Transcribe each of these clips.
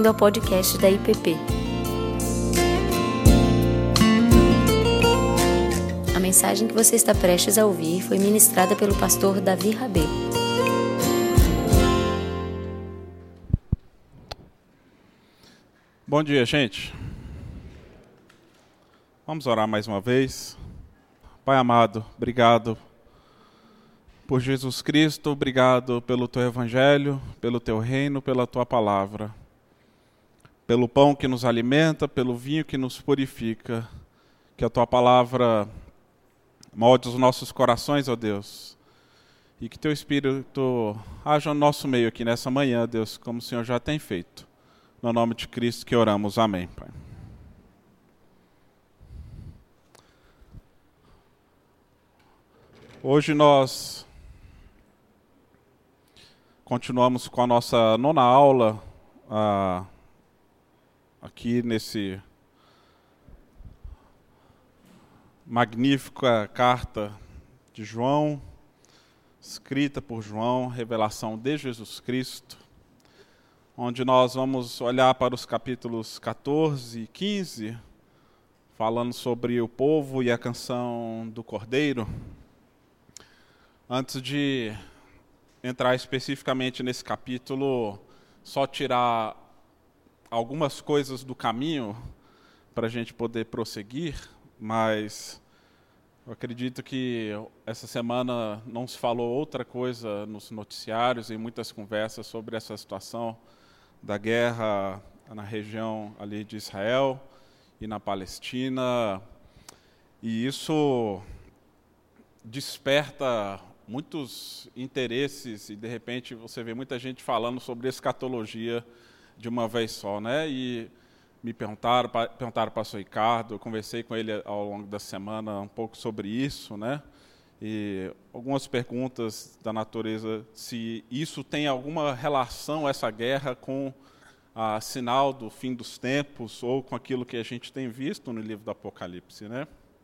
bem-vindo ao podcast da IPP. A mensagem que você está prestes a ouvir foi ministrada pelo pastor Davi Rabê. Bom dia, gente. Vamos orar mais uma vez. Pai amado, obrigado por Jesus Cristo, obrigado pelo Teu Evangelho, pelo Teu reino, pela Tua palavra, pelo pão que nos alimenta, pelo vinho que nos purifica, que a Tua palavra molde os nossos corações, ó Deus, e que Teu Espírito haja no nosso meio aqui nessa manhã, Deus, como o Senhor já tem feito. No nome de Cristo que oramos, amém, Pai. Hoje nós continuamos com a nossa nona aula aqui nesse magnífica carta de João, escrita por João, revelação de Jesus Cristo, onde nós vamos olhar para os capítulos 14 e 15, falando sobre o povo e a canção do Cordeiro. Antes de entrar especificamente nesse capítulo, só tirar algumas coisas do caminho para a gente poder prosseguir, mas eu acredito que essa semana não se falou outra coisa nos noticiários e muitas conversas sobre essa situação da guerra na região ali de Israel e na Palestina, e isso desperta muitos interesses e de repente você vê muita gente falando sobre escatologia de uma vez só, né? E me perguntaram para o pastor Ricardo, eu conversei com ele ao longo da semana um pouco sobre isso, né? E algumas perguntas da natureza se isso tem alguma relação, essa guerra, com a sinal do fim dos tempos ou com aquilo que a gente tem visto no livro do Apocalipse, né?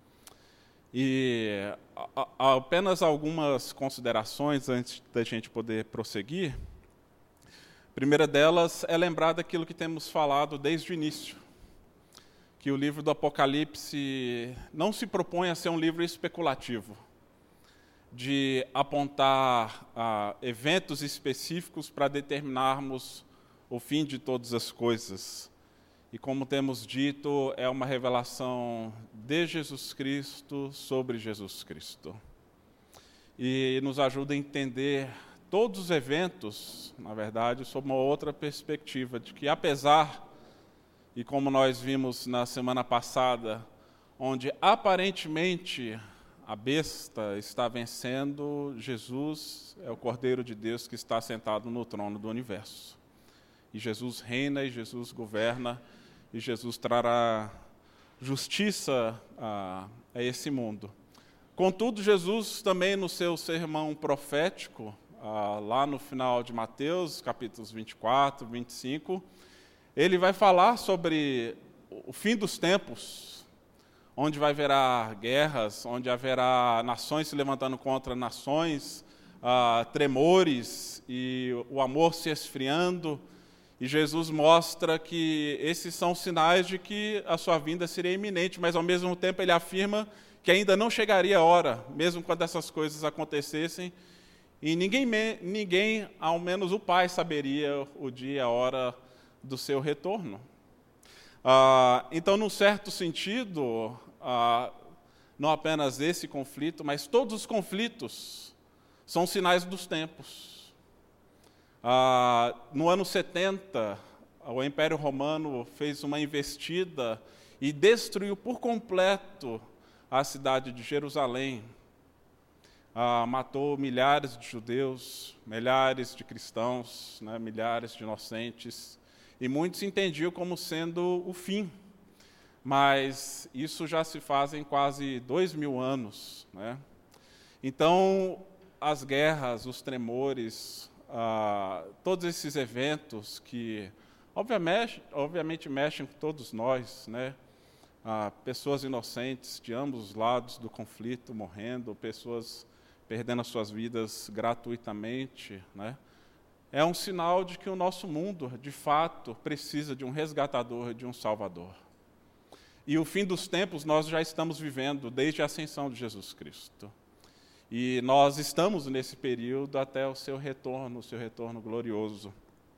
E apenas algumas considerações antes da gente poder prosseguir. A primeira delas é lembrar daquilo que temos falado desde o início, que o livro do Apocalipse não se propõe a ser um livro especulativo, de apontar eventos específicos para determinarmos o fim de todas as coisas. E como temos dito, é uma revelação de Jesus Cristo sobre Jesus Cristo. E nos ajuda a entender todos os eventos, na verdade, sob uma outra perspectiva, de que apesar, e como nós vimos na semana passada, onde aparentemente a besta está vencendo, Jesus é o Cordeiro de Deus que está sentado no trono do universo. E Jesus reina e Jesus governa, e Jesus trará justiça a esse mundo. Contudo, Jesus também no seu sermão profético, lá no final de Mateus, capítulos 24, 25, ele vai falar sobre o fim dos tempos, onde vai haverá guerras, onde haverá nações se levantando contra nações, tremores e o amor se esfriando. E Jesus mostra que esses são sinais de que a sua vinda seria iminente, mas ao mesmo tempo ele afirma que ainda não chegaria a hora, mesmo quando essas coisas acontecessem, e ninguém, ao menos o Pai, saberia o dia e a hora do seu retorno. Então, num certo sentido, não apenas esse conflito, mas todos os conflitos são sinais dos tempos. No ano 70, o Império Romano fez uma investida e destruiu por completo a cidade de Jerusalém. Matou milhares de judeus, milhares de cristãos, né, milhares de inocentes, e muitos entendiam como sendo o fim. Mas isso já se fazem quase 2000 anos, né? Então, as guerras, os tremores, todos esses eventos que, obviamente mexem com todos nós, né? Pessoas inocentes de ambos os lados do conflito morrendo, pessoas perdendo as suas vidas gratuitamente, né? é um sinal de que o nosso mundo, de fato, precisa de um resgatador, de um salvador. E o fim dos tempos nós já estamos vivendo desde a ascensão de Jesus Cristo. E nós estamos nesse período até o seu retorno glorioso.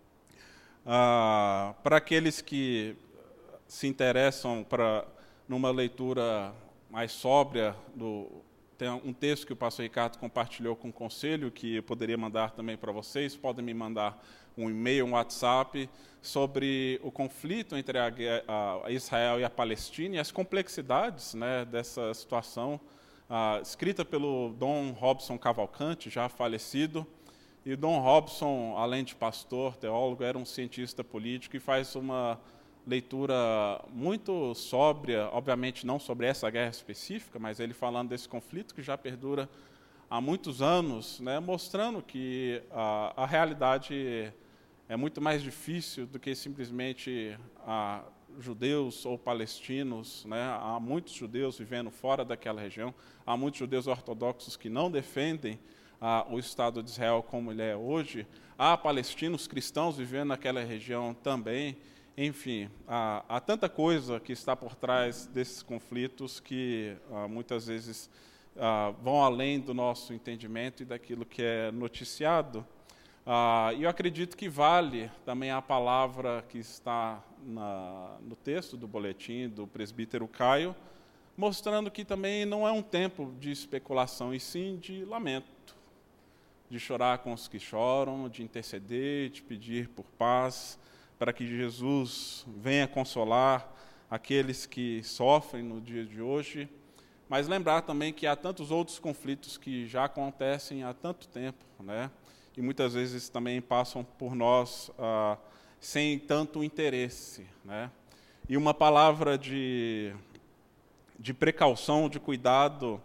Para aqueles que se interessam numa leitura mais sóbria, tem um texto que o pastor Ricardo compartilhou com o conselho, que eu poderia mandar também para vocês, podem me mandar um e-mail, um WhatsApp, sobre o conflito entre a Israel e a Palestina e as complexidades, né, dessa situação, escrita pelo Dom Robson Cavalcante, já falecido. E o Dom Robson, além de pastor, teólogo, era um cientista político e faz uma leitura muito sóbria, obviamente não sobre essa guerra específica, mas ele falando desse conflito que já perdura há muitos anos, né, mostrando que a realidade é muito mais difícil do que simplesmente judeus ou palestinos, né? Há muitos judeus vivendo fora daquela região, há muitos judeus ortodoxos que não defendem o Estado de Israel como ele é hoje, há palestinos cristãos vivendo naquela região também. Enfim, há tanta coisa que está por trás desses conflitos que muitas vezes vão além do nosso entendimento e daquilo que é noticiado. E eu acredito que vale também a palavra que está no texto do boletim do presbítero Caio, mostrando que também não é um tempo de especulação, e sim de lamento, de chorar com os que choram, de interceder, de pedir por paz, para que Jesus venha consolar aqueles que sofrem no dia de hoje, mas lembrar também que há tantos outros conflitos que já acontecem há tanto tempo, né? E muitas vezes também passam por nós sem tanto interesse, né? E uma palavra de precaução, de cuidado,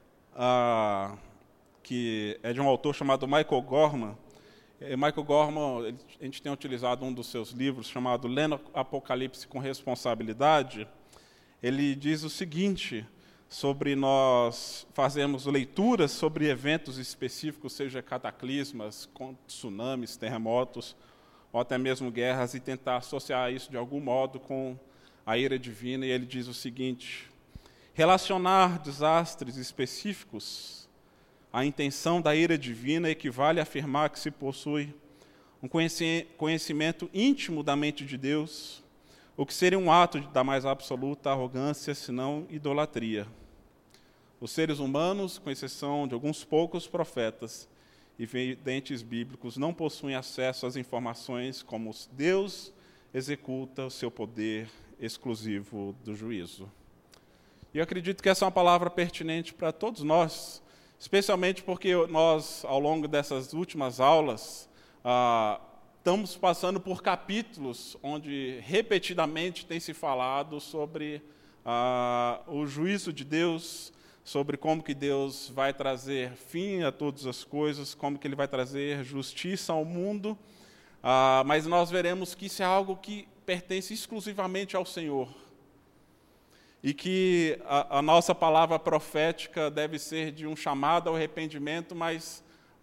que é de um autor chamado Michael Gorman. Michael Gorman, a gente tem utilizado um dos seus livros, chamado Lendo Apocalipse com Responsabilidade. Ele diz o seguinte, sobre nós fazermos leituras sobre eventos específicos, seja cataclismas, tsunamis, terremotos, ou até mesmo guerras, e tentar associar isso de algum modo com a ira divina. E ele diz o seguinte: relacionar desastres específicos à intenção da ira divina equivale a afirmar que se possui um conhecimento íntimo da mente de Deus, o que seria um ato da mais absoluta arrogância, senão idolatria. Os seres humanos, com exceção de alguns poucos profetas e videntes bíblicos, não possuem acesso às informações como Deus executa o seu poder exclusivo do juízo. E eu acredito que essa é uma palavra pertinente para todos nós, especialmente porque nós, ao longo dessas últimas aulas, estamos passando por capítulos onde repetidamente tem se falado sobre o juízo de Deus, sobre como que Deus vai trazer fim a todas as coisas, como que Ele vai trazer justiça ao mundo, mas nós veremos que isso é algo que pertence exclusivamente ao Senhor. E que a nossa palavra profética deve ser de um chamado ao arrependimento, mas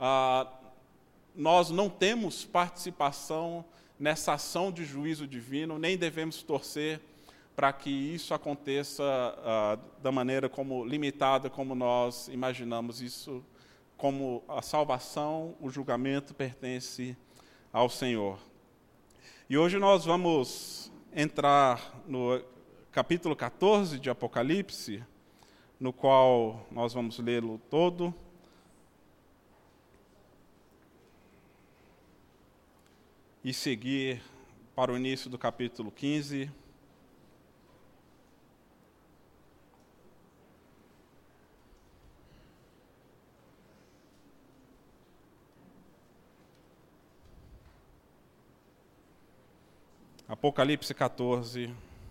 nós não temos participação nessa ação de juízo divino, nem devemos torcer para que isso aconteça da maneira limitada como nós imaginamos. Isso, como a salvação, o julgamento pertence ao Senhor. E hoje nós vamos entrar no capítulo 14 de Apocalipse, no qual nós vamos lê-lo todo. E seguir para o início do capítulo 15. Apocalipse 14.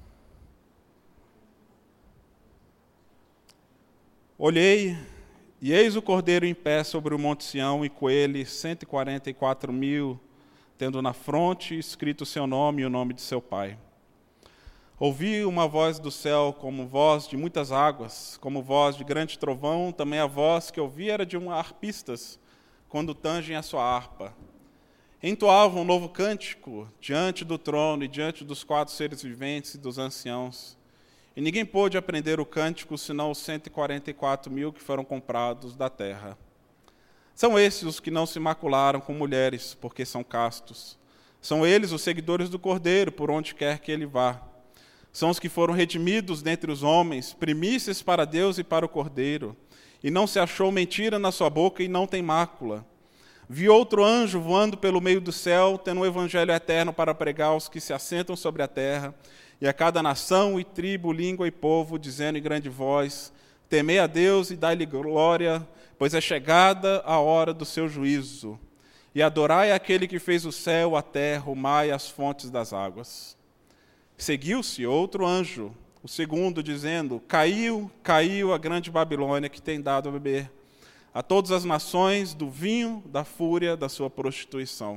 Olhei, e eis o Cordeiro em pé sobre o monte Sião, e com ele 144.000, tendo na fronte escrito o seu nome e o nome de seu pai. Ouvi uma voz do céu como voz de muitas águas, como voz de grande trovão. Também a voz que ouvi era de um harpistas, quando tangem a sua harpa. entoavam um novo cântico diante do trono e diante dos 4 seres viventes e dos anciãos. E ninguém pôde aprender o cântico, senão os 144.000 que foram comprados da terra. São esses os que não se macularam com mulheres, porque são castos. São eles os seguidores do Cordeiro, por onde quer que ele vá. São os que foram redimidos dentre os homens, primícias para Deus e para o Cordeiro. E não se achou mentira na sua boca e não tem mácula. Vi outro anjo voando pelo meio do céu, tendo um evangelho eterno para pregar aos que se assentam sobre a terra, e a cada nação e tribo, língua e povo, dizendo em grande voz: temei a Deus e dai-lhe glória, pois é chegada a hora do seu juízo. E adorai aquele que fez o céu, a terra, o mar e as fontes das águas. Seguiu-se outro anjo, o segundo, dizendo: caiu, caiu a grande Babilônia, que tem dado a beber a todas as nações do vinho da fúria da sua prostituição.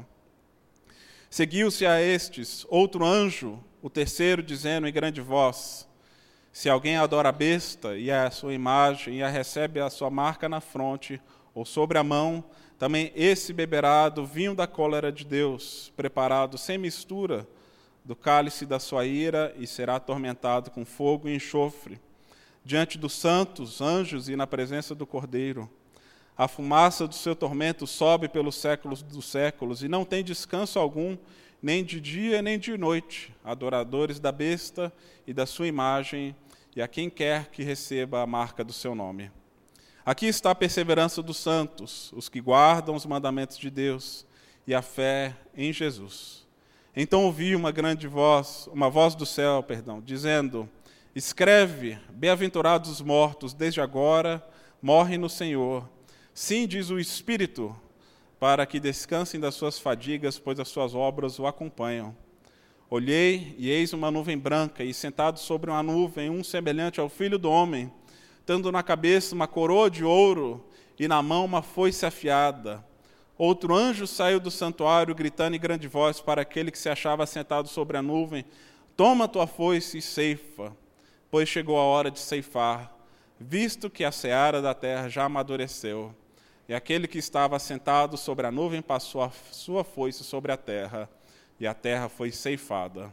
Seguiu-se a estes outro anjo, o terceiro, dizendo em grande voz: se alguém adora a besta e a sua imagem e a recebe a sua marca na fronte ou sobre a mão, também esse beberá do vinho da cólera de Deus, preparado sem mistura do cálice da sua ira, e será atormentado com fogo e enxofre, diante dos santos, anjos e na presença do Cordeiro. A fumaça do seu tormento sobe pelos séculos dos séculos, e não tem descanso algum, nem de dia nem de noite, adoradores da besta e da sua imagem, e a quem quer que receba a marca do seu nome. Aqui está a perseverança dos santos, os que guardam os mandamentos de Deus, e a fé em Jesus. Então ouvi uma voz do céu, dizendo: escreve, bem-aventurados os mortos, desde agora morrem no Senhor. Sim, diz o Espírito, para que descansem das suas fadigas, pois as suas obras o acompanham. Olhei, e eis uma nuvem branca, e sentado sobre uma nuvem, um semelhante ao Filho do Homem, tendo na cabeça uma coroa de ouro, e na mão uma foice afiada. Outro anjo saiu do santuário, gritando em grande voz para aquele que se achava sentado sobre a nuvem: toma tua foice e ceifa, pois chegou a hora de ceifar, visto que a seara da terra já amadureceu. E aquele que estava sentado sobre a nuvem passou a sua foice sobre a terra, e a terra foi ceifada.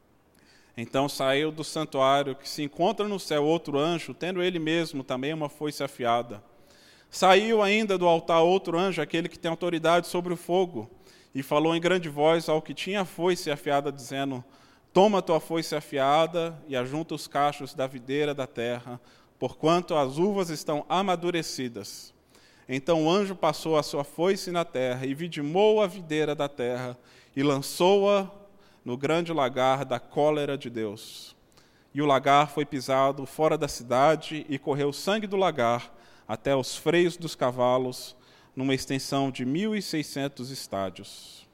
Então saiu do santuário, que se encontra no céu, outro anjo, tendo ele mesmo também uma foice afiada. Saiu ainda do altar outro anjo, aquele que tem autoridade sobre o fogo, e falou em grande voz ao que tinha a foice afiada, dizendo: toma tua foice afiada e ajunta os cachos da videira da terra, porquanto as uvas estão amadurecidas. Então o anjo passou a sua foice na terra, e vidimou a videira da terra, e lançou-a no grande lagar da cólera de Deus. E o lagar foi pisado fora da cidade, e correu o sangue do lagar até os freios dos cavalos, numa extensão de 1.600 estádios.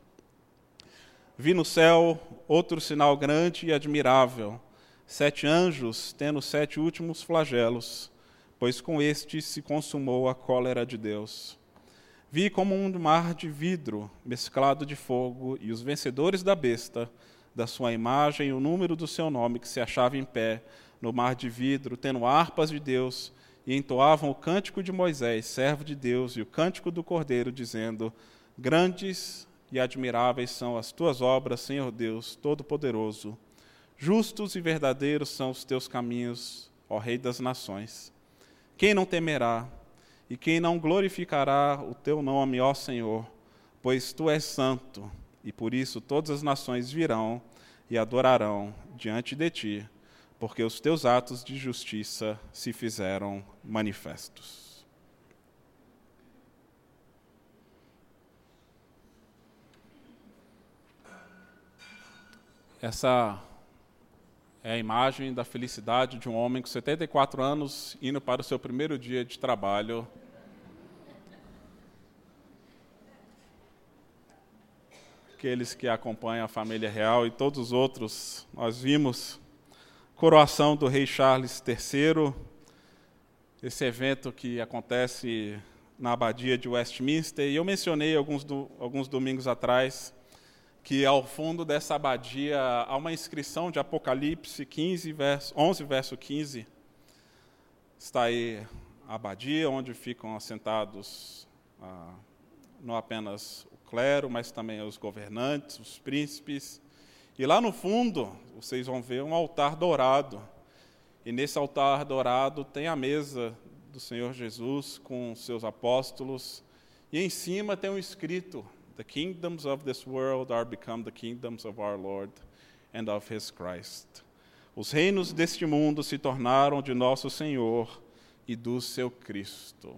Vi no céu outro sinal grande e admirável: 7 anjos, tendo 7 últimos flagelos, pois com este se consumou a cólera de Deus. Vi como um mar de vidro mesclado de fogo, e os vencedores da besta, da sua imagem e o número do seu nome, que se achava em pé no mar de vidro, tendo harpas de Deus, e entoavam o cântico de Moisés, servo de Deus, e o cântico do Cordeiro, dizendo: grandes e admiráveis são as tuas obras, Senhor Deus Todo-Poderoso. Justos e verdadeiros são os teus caminhos, ó Rei das nações. Quem não temerá e quem não glorificará o teu nome, ó Senhor? Pois tu és santo, e por isso todas as nações virão e adorarão diante de ti, porque os teus atos de justiça se fizeram manifestos. Essa é a imagem da felicidade de um homem com 74 anos indo para o seu primeiro dia de trabalho. Aqueles que acompanham a família real e todos os outros, nós vimos coroação do rei Charles III, esse evento que acontece na abadia de Westminster, e eu mencionei alguns domingos atrás que ao fundo dessa abadia há uma inscrição de Apocalipse 11, verso 15. Está aí a abadia, onde ficam assentados não apenas o clero, mas também os governantes, os príncipes. E lá no fundo, vocês vão ver um altar dourado. E nesse altar dourado tem a mesa do Senhor Jesus com seus apóstolos. E em cima tem um escrito: The kingdoms of this world are become the kingdoms of our Lord and of his Christ. Os reinos deste mundo se tornaram de nosso Senhor e do seu Cristo.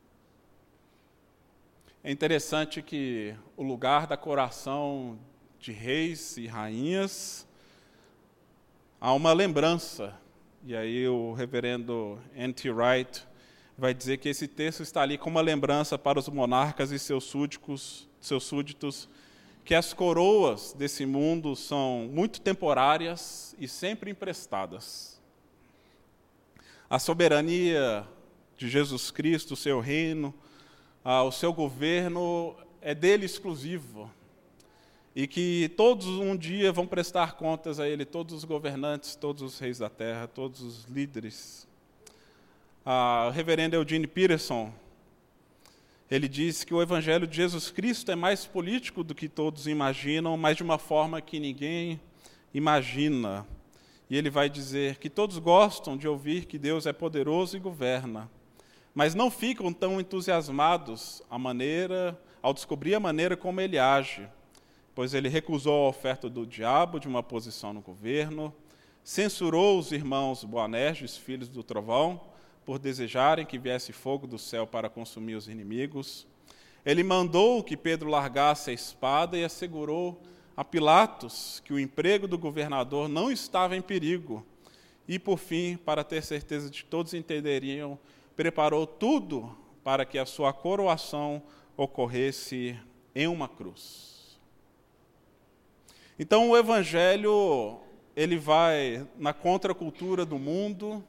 É interessante que o lugar da coroação de reis e rainhas há uma lembrança. E aí o reverendo N.T. Wright vai dizer que esse texto está ali como uma lembrança para os monarcas e seus súditos, que as coroas desse mundo são muito temporárias e sempre emprestadas. A soberania de Jesus Cristo, o seu reino, o seu governo é dele exclusivo. E que todos um dia vão prestar contas a ele, todos os governantes, todos os reis da terra, todos os líderes. O reverendo Eugene Peterson, ele diz que o evangelho de Jesus Cristo é mais político do que todos imaginam, mas de uma forma que ninguém imagina. E ele vai dizer que todos gostam de ouvir que Deus é poderoso e governa, mas não ficam tão entusiasmados ao descobrir a maneira como ele age, pois ele recusou a oferta do diabo de uma posição no governo, censurou os irmãos Boanerges, filhos do trovão, por desejarem que viesse fogo do céu para consumir os inimigos. Ele mandou que Pedro largasse a espada e assegurou a Pilatos que o emprego do governador não estava em perigo. E, por fim, para ter certeza de que todos entenderiam, preparou tudo para que a sua coroação ocorresse em uma cruz. Então, o Evangelho, ele vai na contracultura do mundo,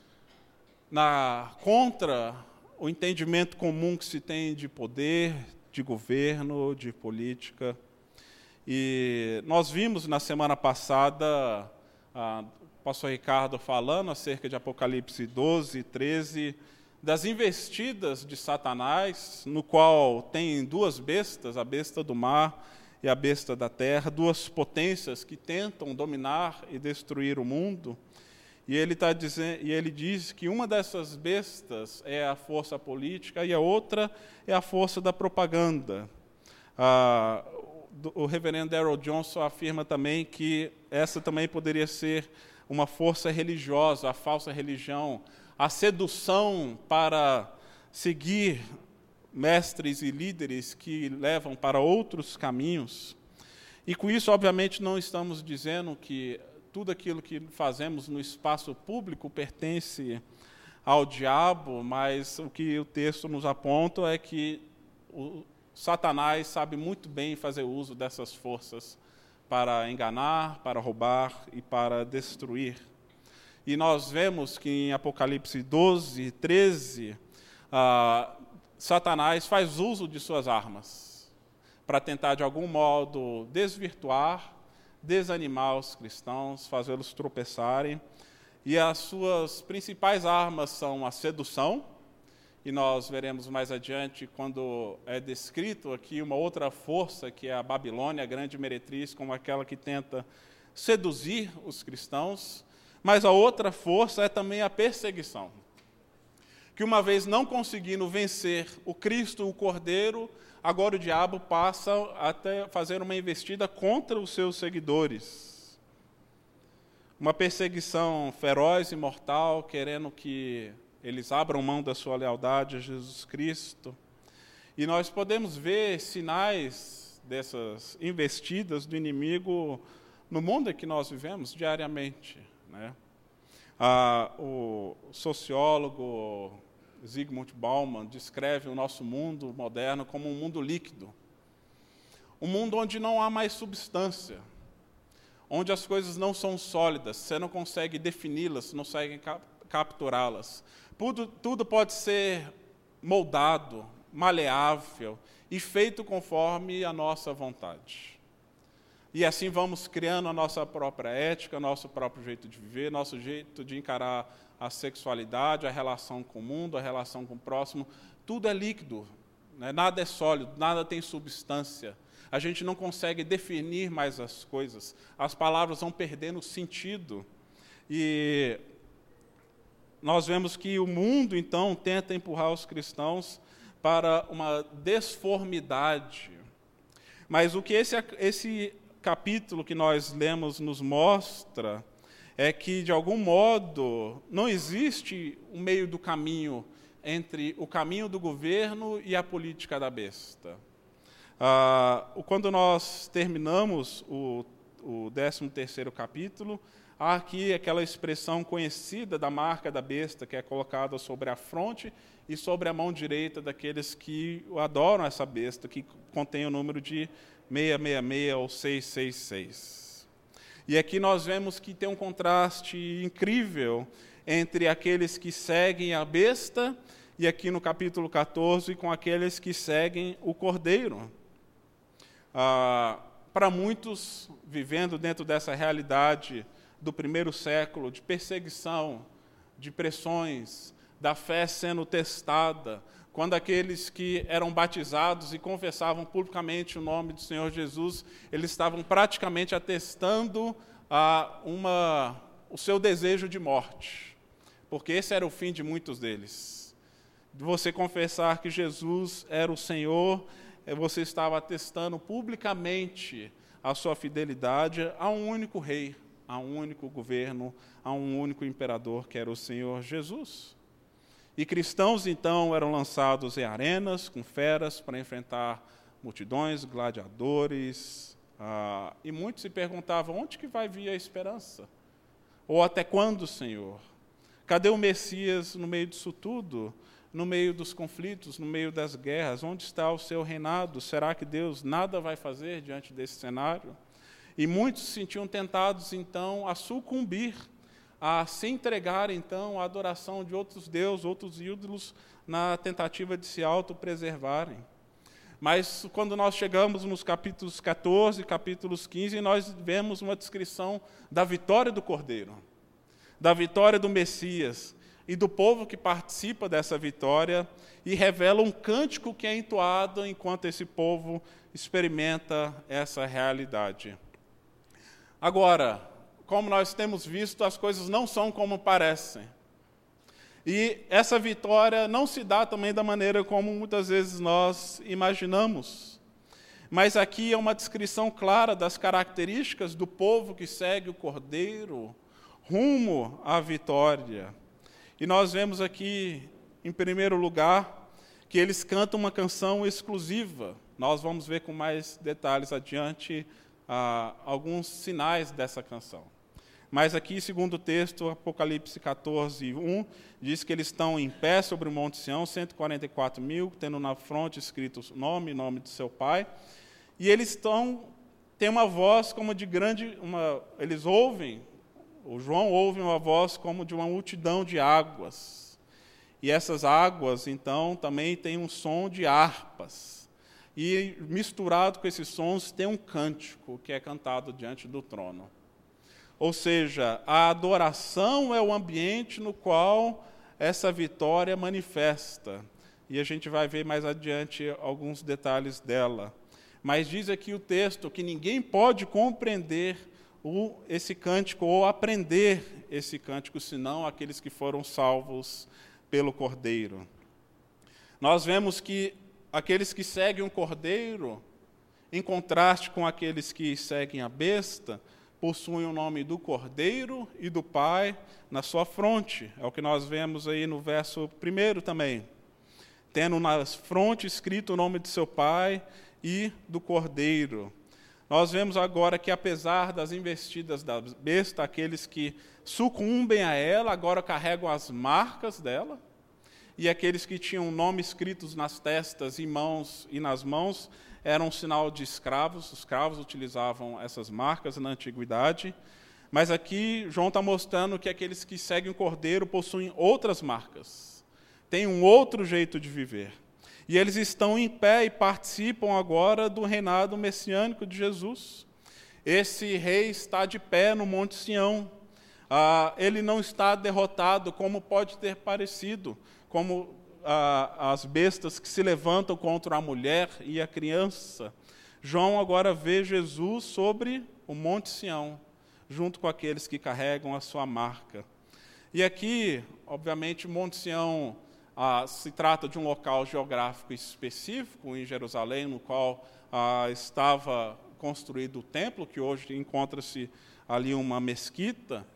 contra o entendimento comum que se tem de poder, de governo, de política. E nós vimos na semana passada o pastor Ricardo falando acerca de Apocalipse 12, 13, das investidas de Satanás, no qual tem duas bestas, a besta do mar e a besta da terra, duas potências que tentam dominar e destruir o mundo. E ele diz que uma dessas bestas é a força política e a outra é a força da propaganda. O reverendo Darrell Johnson afirma também que essa também poderia ser uma força religiosa, a falsa religião, a sedução para seguir mestres e líderes que levam para outros caminhos. E com isso, obviamente, não estamos dizendo que tudo aquilo que fazemos no espaço público pertence ao diabo, mas o que o texto nos aponta é que o Satanás sabe muito bem fazer uso dessas forças para enganar, para roubar e para destruir. E nós vemos que em Apocalipse 12, 13, Satanás faz uso de suas armas para tentar, de algum modo, desvirtuar, desanimar os cristãos, fazê-los tropeçarem. E as suas principais armas são a sedução, e nós veremos mais adiante, quando é descrito aqui uma outra força, que é a Babilônia, a grande meretriz, como aquela que tenta seduzir os cristãos. Mas a outra força é também a perseguição, que uma vez não conseguindo vencer o Cristo, o Cordeiro, agora o diabo passa até fazer uma investida contra os seus seguidores. Uma perseguição feroz e mortal, querendo que eles abram mão da sua lealdade a Jesus Cristo. E nós podemos ver sinais dessas investidas do inimigo no mundo em que nós vivemos diariamente, né? O sociólogo Zygmunt Bauman descreve o nosso mundo moderno como um mundo líquido. Um mundo onde não há mais substância, onde as coisas não são sólidas, você não consegue defini-las, não consegue capturá-las. Tudo pode ser moldado, maleável e feito conforme a nossa vontade. E assim vamos criando a nossa própria ética, nosso próprio jeito de viver, nosso jeito de encarar a sexualidade, a relação com o mundo, a relação com o próximo. Tudo é líquido, né? Nada é sólido, nada tem substância. A gente não consegue definir mais as coisas. As palavras vão perdendo sentido. E nós vemos que o mundo, então, tenta empurrar os cristãos para uma desformidade. Mas o que esse capítulo que nós lemos nos mostra é que, de algum modo, não existe um meio do caminho entre o caminho do governo e a política da besta. Quando nós terminamos o 13º capítulo, há aqui aquela expressão conhecida da marca da besta, que é colocada sobre a fronte e sobre a mão direita daqueles que adoram essa besta, que contém o número de 666 ou 666. E aqui nós vemos que tem um contraste incrível entre aqueles que seguem a besta e aqui no capítulo 14 com aqueles que seguem o Cordeiro. Para muitos, vivendo dentro dessa realidade do primeiro século, de perseguição, de pressões, da fé sendo testada, quando aqueles que eram batizados e confessavam publicamente o nome do Senhor Jesus, eles estavam praticamente atestando o seu desejo de morte, porque esse era o fim de muitos deles. De você confessar que Jesus era o Senhor, você estava atestando publicamente a sua fidelidade a um único rei, a um único governo, a um único imperador, que era o Senhor Jesus. E cristãos, então, eram lançados em arenas com feras para enfrentar multidões, gladiadores, e muitos se perguntavam, onde que vai vir a esperança? Ou até quando, Senhor? Cadê o Messias no meio disso tudo? No meio dos conflitos, no meio das guerras? Onde está o seu reinado? Será que Deus nada vai fazer diante desse cenário? E muitos se sentiam tentados, então, a sucumbir, a se entregar, então, à adoração de outros deuses, outros ídolos, na tentativa de se autopreservarem. Mas, quando nós chegamos nos capítulos 14 e capítulos 15, nós vemos uma descrição da vitória do Cordeiro, da vitória do Messias e do povo que participa dessa vitória, e revela um cântico que é entoado enquanto esse povo experimenta essa realidade. Agora, como nós temos visto, as coisas não são como parecem. E essa vitória não se dá também da maneira como muitas vezes nós imaginamos. Mas aqui é uma descrição clara das características do povo que segue o Cordeiro rumo à vitória. E nós vemos aqui, em primeiro lugar, que eles cantam uma canção exclusiva. Nós vamos ver com mais detalhes adiante alguns sinais dessa canção. Mas aqui, segundo o texto, Apocalipse 14, 1, diz que eles estão em pé sobre o Monte Sião, 144.000, tendo na fronte escrito o nome do seu Pai. E eles têm uma voz como de grande... eles ouvem, o João ouve uma voz como de uma multidão de águas. E essas águas, então, também têm um som de harpas. E misturado com esses sons tem um cântico que é cantado diante do trono. Ou seja, a adoração é o ambiente no qual essa vitória manifesta. E a gente vai ver mais adiante alguns detalhes dela. Mas diz aqui o texto que ninguém pode compreender esse cântico ou aprender esse cântico, senão aqueles que foram salvos pelo Cordeiro. Nós vemos que aqueles que seguem o Cordeiro, em contraste com aqueles que seguem a besta, possuem o nome do Cordeiro e do Pai na sua fronte. É o que nós vemos aí no verso 1 também. Tendo na fronte escrito o nome de seu Pai e do Cordeiro. Nós vemos agora que, apesar das investidas da besta, aqueles que sucumbem a ela agora carregam as marcas dela, e aqueles que tinham o nome escritos nas testas e nas mãos era um sinal de escravos. Os escravos utilizavam essas marcas na antiguidade. Mas aqui João está mostrando que aqueles que seguem o Cordeiro possuem outras marcas. Têm um outro jeito de viver. E eles estão em pé e participam agora do reinado messiânico de Jesus. Esse rei está de pé no Monte Sião. Ele não está derrotado como pode ter parecido, como as bestas que se levantam contra a mulher e a criança, João agora vê Jesus sobre o Monte Sião, junto com aqueles que carregam a sua marca. E aqui, obviamente, o Monte Sião se trata de um local geográfico específico em Jerusalém, no qual estava construído o templo, que hoje encontra-se ali uma mesquita,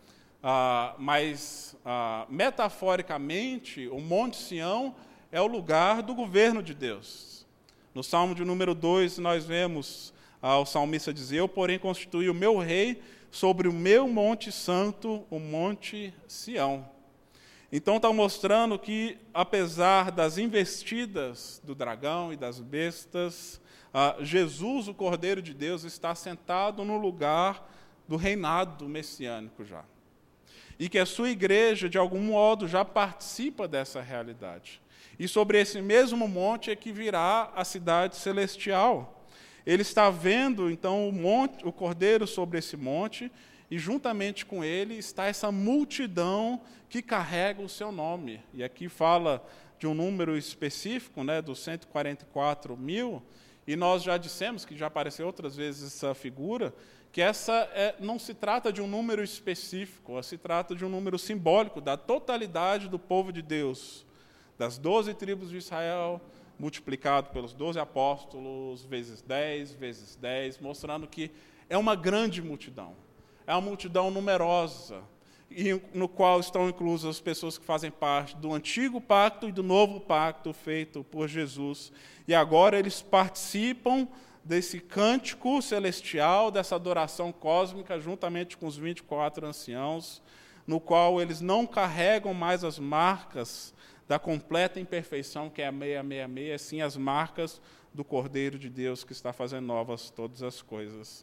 mas metaforicamente o Monte Sião é o lugar do governo de Deus. No Salmo de número 2 nós vemos o salmista dizer: eu, porém, constituí o meu rei sobre o meu monte santo, o Monte Sião. Então está mostrando que, apesar das investidas do dragão e das bestas, Jesus, o Cordeiro de Deus, está sentado no lugar do reinado messiânico já. E que a sua igreja, de algum modo, já participa dessa realidade. E sobre esse mesmo monte é que virá a cidade celestial. Ele está vendo, então, o Cordeiro sobre esse monte, e juntamente com ele está essa multidão que carrega o seu nome. E aqui fala de um número específico, dos 144 mil, e nós já dissemos, que já apareceu outras vezes essa figura, que não se trata de um número específico, se trata de um número simbólico da totalidade do povo de Deus, das 12 tribos de Israel, multiplicado pelos 12 apóstolos, vezes 10, mostrando que é uma grande multidão, é uma multidão numerosa, e no qual estão inclusas as pessoas que fazem parte do antigo pacto e do novo pacto feito por Jesus. E agora eles participam desse cântico celestial, dessa adoração cósmica, juntamente com os 24 anciãos, no qual eles não carregam mais as marcas da completa imperfeição, que é a 666, sim as marcas do Cordeiro de Deus, que está fazendo novas todas as coisas,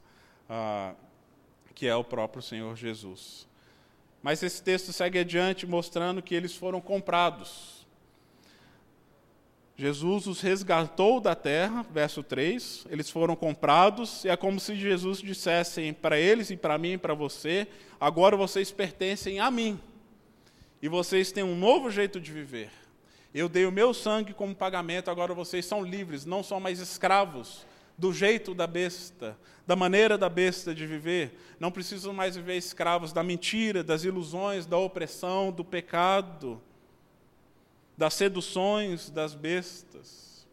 que é o próprio Senhor Jesus. Mas esse texto segue adiante, mostrando que eles foram comprados. Jesus os resgatou da terra, verso 3, eles foram comprados, e é como se Jesus dissesse para eles e para mim e para você: agora vocês pertencem a mim, e vocês têm um novo jeito de viver. Eu dei o meu sangue como pagamento, agora vocês são livres, não são mais escravos do jeito da besta, da maneira da besta de viver. Não precisam mais viver escravos da mentira, das ilusões, da opressão, do pecado, das seduções das bestas.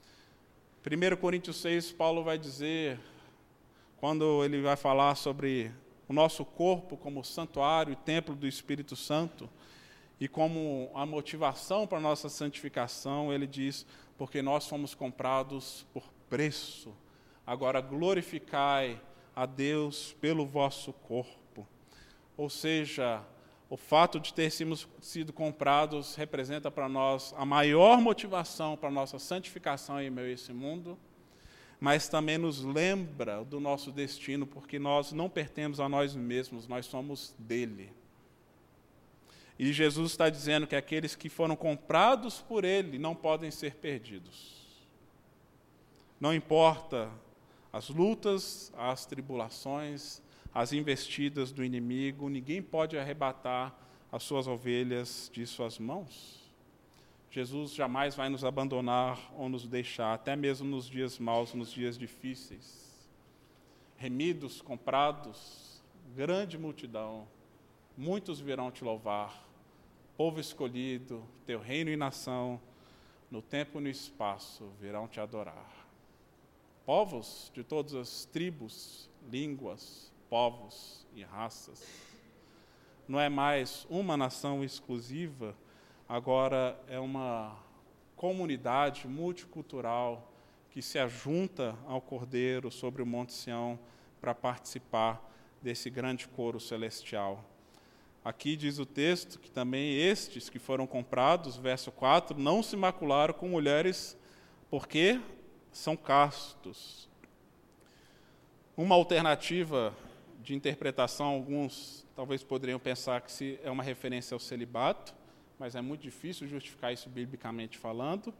1 Coríntios 6, Paulo vai dizer, quando ele vai falar sobre o nosso corpo como santuário e templo do Espírito Santo, e como a motivação para a nossa santificação, ele diz: porque nós fomos comprados por preço, agora glorificai a Deus pelo vosso corpo. Ou seja, o fato de ter sido comprados representa para nós a maior motivação para a nossa santificação em meio a esse mundo, mas também nos lembra do nosso destino, porque nós não pertencemos a nós mesmos, nós somos dele. E Jesus está dizendo que aqueles que foram comprados por ele não podem ser perdidos. Não importa as lutas, as tribulações, as investidas do inimigo, ninguém pode arrebatar as suas ovelhas de suas mãos. Jesus jamais vai nos abandonar ou nos deixar, até mesmo nos dias maus, nos dias difíceis. Remidos, comprados, grande multidão, muitos virão te louvar, povo escolhido, teu reino e nação, no tempo e no espaço, virão te adorar. Povos de todas as tribos, línguas, povos e raças. Não é mais uma nação exclusiva, agora é uma comunidade multicultural que se ajunta ao Cordeiro sobre o Monte Sião para participar desse grande coro celestial. Aqui diz o texto que também estes que foram comprados, verso 4, não se macularam com mulheres porque são castos. Uma alternativa de interpretação, alguns talvez poderiam pensar que é uma referência ao celibato, mas é muito difícil justificar isso biblicamente falando.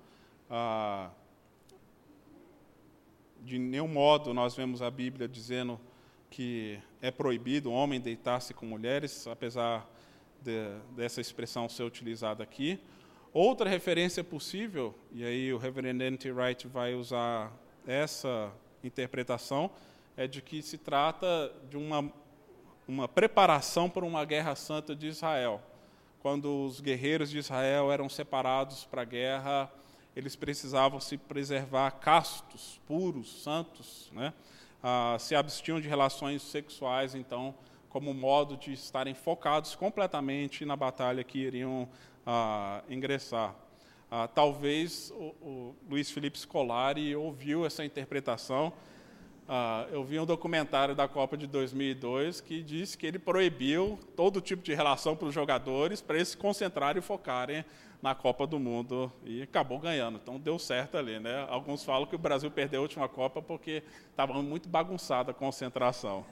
De nenhum modo nós vemos a Bíblia dizendo que é proibido o homem deitar-se com mulheres, apesar dessa expressão ser utilizada aqui. Outra referência possível, e aí o reverendo N.T. Wright vai usar essa interpretação, é de que se trata de uma preparação para uma guerra santa de Israel. Quando os guerreiros de Israel eram separados para a guerra, eles precisavam se preservar castos, puros, santos, né? Se abstinham de relações sexuais, então, como modo de estarem focados completamente na batalha que iriam ingressar. Talvez o Luiz Felipe Scolari ouviu essa interpretação. Eu vi um documentário da Copa de 2002 que disse que ele proibiu todo tipo de relação para os jogadores para eles se concentrarem e focarem na Copa do Mundo, e acabou ganhando. Então deu certo ali, né? Alguns falam que o Brasil perdeu a última Copa porque estava muito bagunçada a concentração.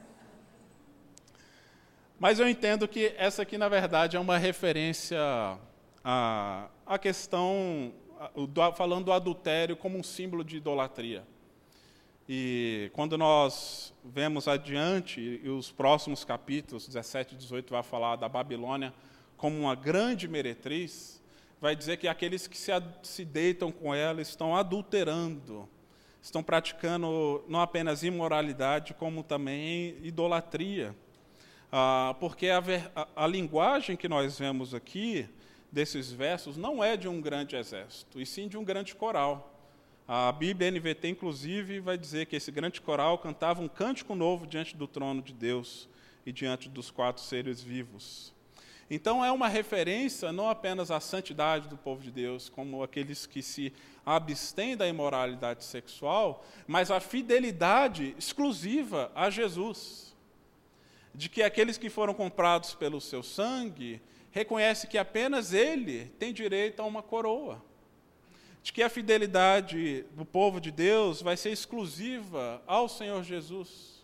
Mas eu entendo que essa aqui, na verdade, é uma referência à questão, falando do adultério como um símbolo de idolatria. E quando nós vemos adiante, e os próximos capítulos, 17 e 18, vai falar da Babilônia como uma grande meretriz, vai dizer que aqueles que se deitam com ela estão adulterando, estão praticando não apenas imoralidade, como também idolatria. Porque a linguagem que nós vemos aqui, desses versos, não é de um grande exército, e sim de um grande coral. A Bíblia NVT, inclusive, vai dizer que esse grande coral cantava um cântico novo diante do trono de Deus e diante dos 4 seres vivos. Então, é uma referência não apenas à santidade do povo de Deus, como aqueles que se abstêm da imoralidade sexual, mas à fidelidade exclusiva a Jesus. De que aqueles que foram comprados pelo seu sangue reconhecem que apenas Ele tem direito a uma coroa. De que a fidelidade do povo de Deus vai ser exclusiva ao Senhor Jesus.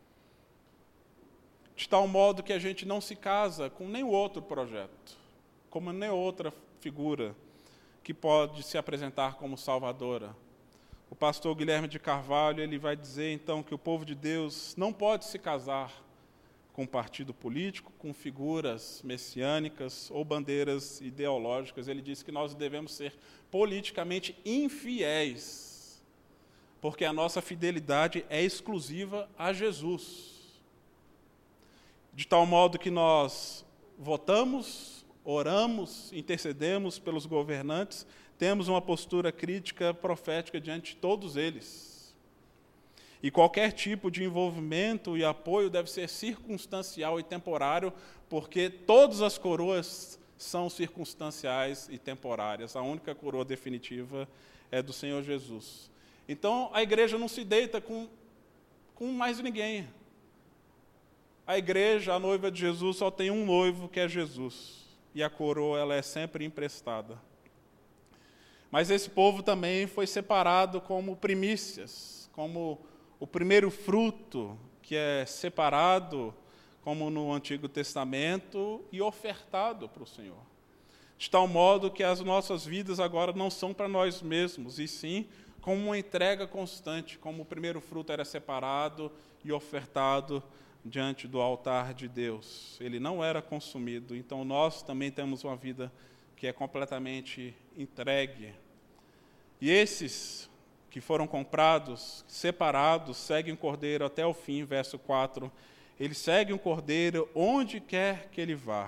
De tal modo que a gente não se casa com nenhum outro projeto, como nem outra figura que pode se apresentar como salvadora. O pastor Guilherme de Carvalho, ele vai dizer, então, que o povo de Deus não pode se casar com partido político, com figuras messiânicas ou bandeiras ideológicas. Ele diz que nós devemos ser politicamente infiéis, porque a nossa fidelidade é exclusiva a Jesus. De tal modo que nós votamos, oramos, intercedemos pelos governantes, temos uma postura crítica profética diante de todos eles. E qualquer tipo de envolvimento e apoio deve ser circunstancial e temporário, porque todas as coroas são circunstanciais e temporárias. A única coroa definitiva é do Senhor Jesus. Então, a igreja não se deita com mais ninguém. A igreja, a noiva de Jesus, só tem um noivo, que é Jesus. E a coroa, ela é sempre emprestada. Mas esse povo também foi separado como primícias, como o primeiro fruto, que é separado, como no Antigo Testamento, e ofertado para o Senhor. De tal modo que as nossas vidas agora não são para nós mesmos, e sim como uma entrega constante, como o primeiro fruto era separado e ofertado diante do altar de Deus. Ele não era consumido, então nós também temos uma vida que é completamente entregue. E esses que foram comprados, separados, seguem o Cordeiro até o fim, verso 4. Eles seguem o Cordeiro onde quer que ele vá.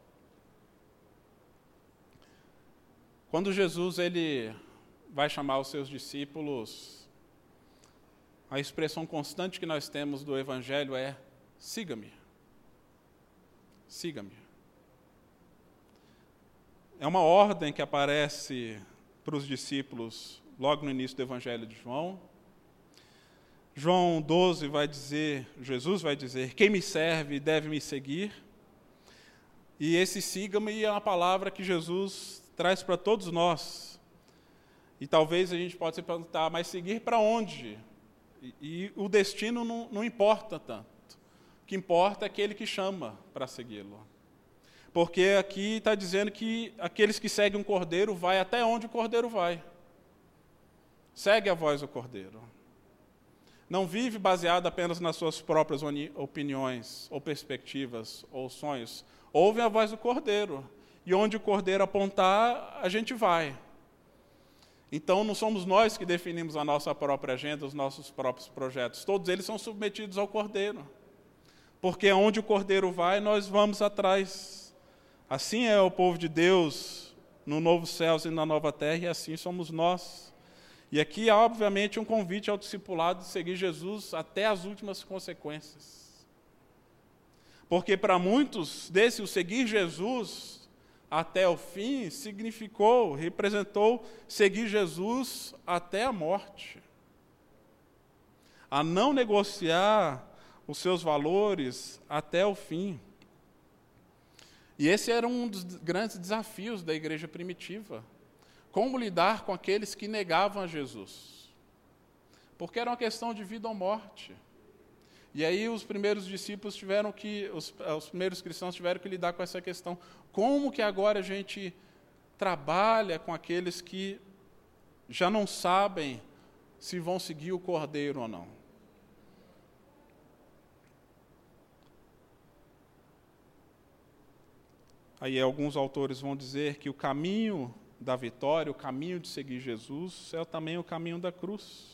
Quando Jesus ele vai chamar os seus discípulos, a expressão constante que nós temos do Evangelho é: siga-me. Siga-me. É uma ordem que aparece para os discípulos logo no início do Evangelho de João. João 12 vai dizer, Jesus vai dizer, quem me serve deve me seguir. E esse siga-me é uma palavra que Jesus traz para todos nós. E talvez a gente possa se perguntar, mas seguir para onde? E o destino não importa tanto. O que importa é aquele que chama para segui-lo. Porque aqui está dizendo que aqueles que seguem um cordeiro vai até onde o cordeiro vai. Segue a voz do Cordeiro. Não vive baseado apenas nas suas próprias opiniões, ou perspectivas, ou sonhos. Ouve a voz do Cordeiro. e onde o Cordeiro apontar, a gente vai. Então, não somos nós que definimos a nossa própria agenda, os nossos próprios projetos. Todos eles são submetidos ao Cordeiro. Porque onde o Cordeiro vai, nós vamos atrás. Assim é o povo de Deus no novo céus e na nova terra, e assim somos nós. E aqui há, obviamente, um convite ao discipulado de seguir Jesus até as últimas consequências. Porque para muitos o seguir Jesus até o fim representou seguir Jesus até a morte. A não negociar os seus valores até o fim. E esse era um dos grandes desafios da igreja primitiva. Como lidar com aqueles que negavam a Jesus? Porque era uma questão de vida ou morte. E aí os primeiros discípulos os primeiros cristãos tiveram que lidar com essa questão. Como que agora a gente trabalha com aqueles que já não sabem se vão seguir o Cordeiro ou não? Aí alguns autores vão dizer que o caminho da vitória, o caminho de seguir Jesus, é também o caminho da cruz.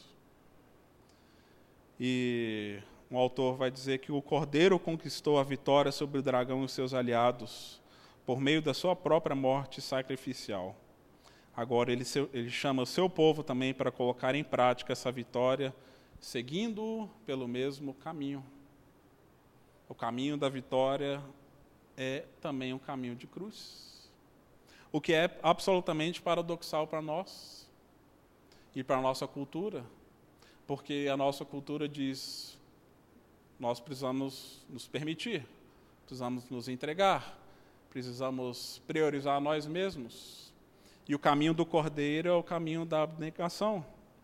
E um autor vai dizer que o Cordeiro conquistou a vitória sobre o dragão e seus aliados por meio da sua própria morte sacrificial. Agora ele chama o seu povo também para colocar em prática essa vitória, seguindo pelo mesmo caminho. O caminho da vitória é também um caminho de cruz. O que é absolutamente paradoxal para nós e para a nossa cultura, porque a nossa cultura diz: nós precisamos nos permitir, precisamos nos entregar, precisamos priorizar nós mesmos. E o caminho do Cordeiro é o caminho da abnegação.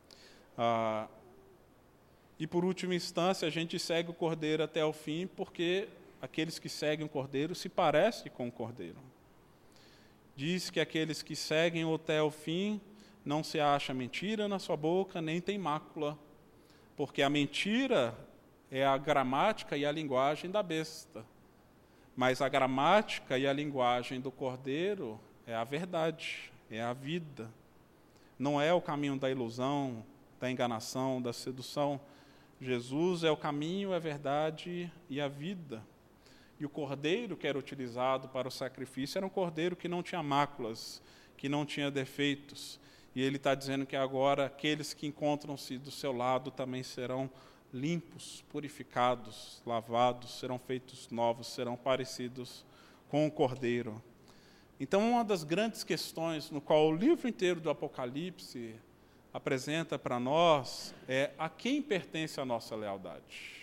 E por última instância, a gente segue o Cordeiro até o fim, porque aqueles que seguem o Cordeiro se parecem com o Cordeiro. Diz que aqueles que seguem até o fim não se acha mentira na sua boca, nem tem mácula, porque a mentira é a gramática e a linguagem da besta, mas a gramática e a linguagem do Cordeiro é a verdade, é a vida. Não é o caminho da ilusão, da enganação, da sedução. Jesus é o caminho, a verdade e a vida. E o cordeiro que era utilizado para o sacrifício era um cordeiro que não tinha máculas, que não tinha defeitos. E ele está dizendo que agora aqueles que encontram-se do seu lado também serão limpos, purificados, lavados, serão feitos novos, serão parecidos com o cordeiro. Então, uma das grandes questões no qual o livro inteiro do Apocalipse apresenta para nós é: a quem pertence a nossa lealdade?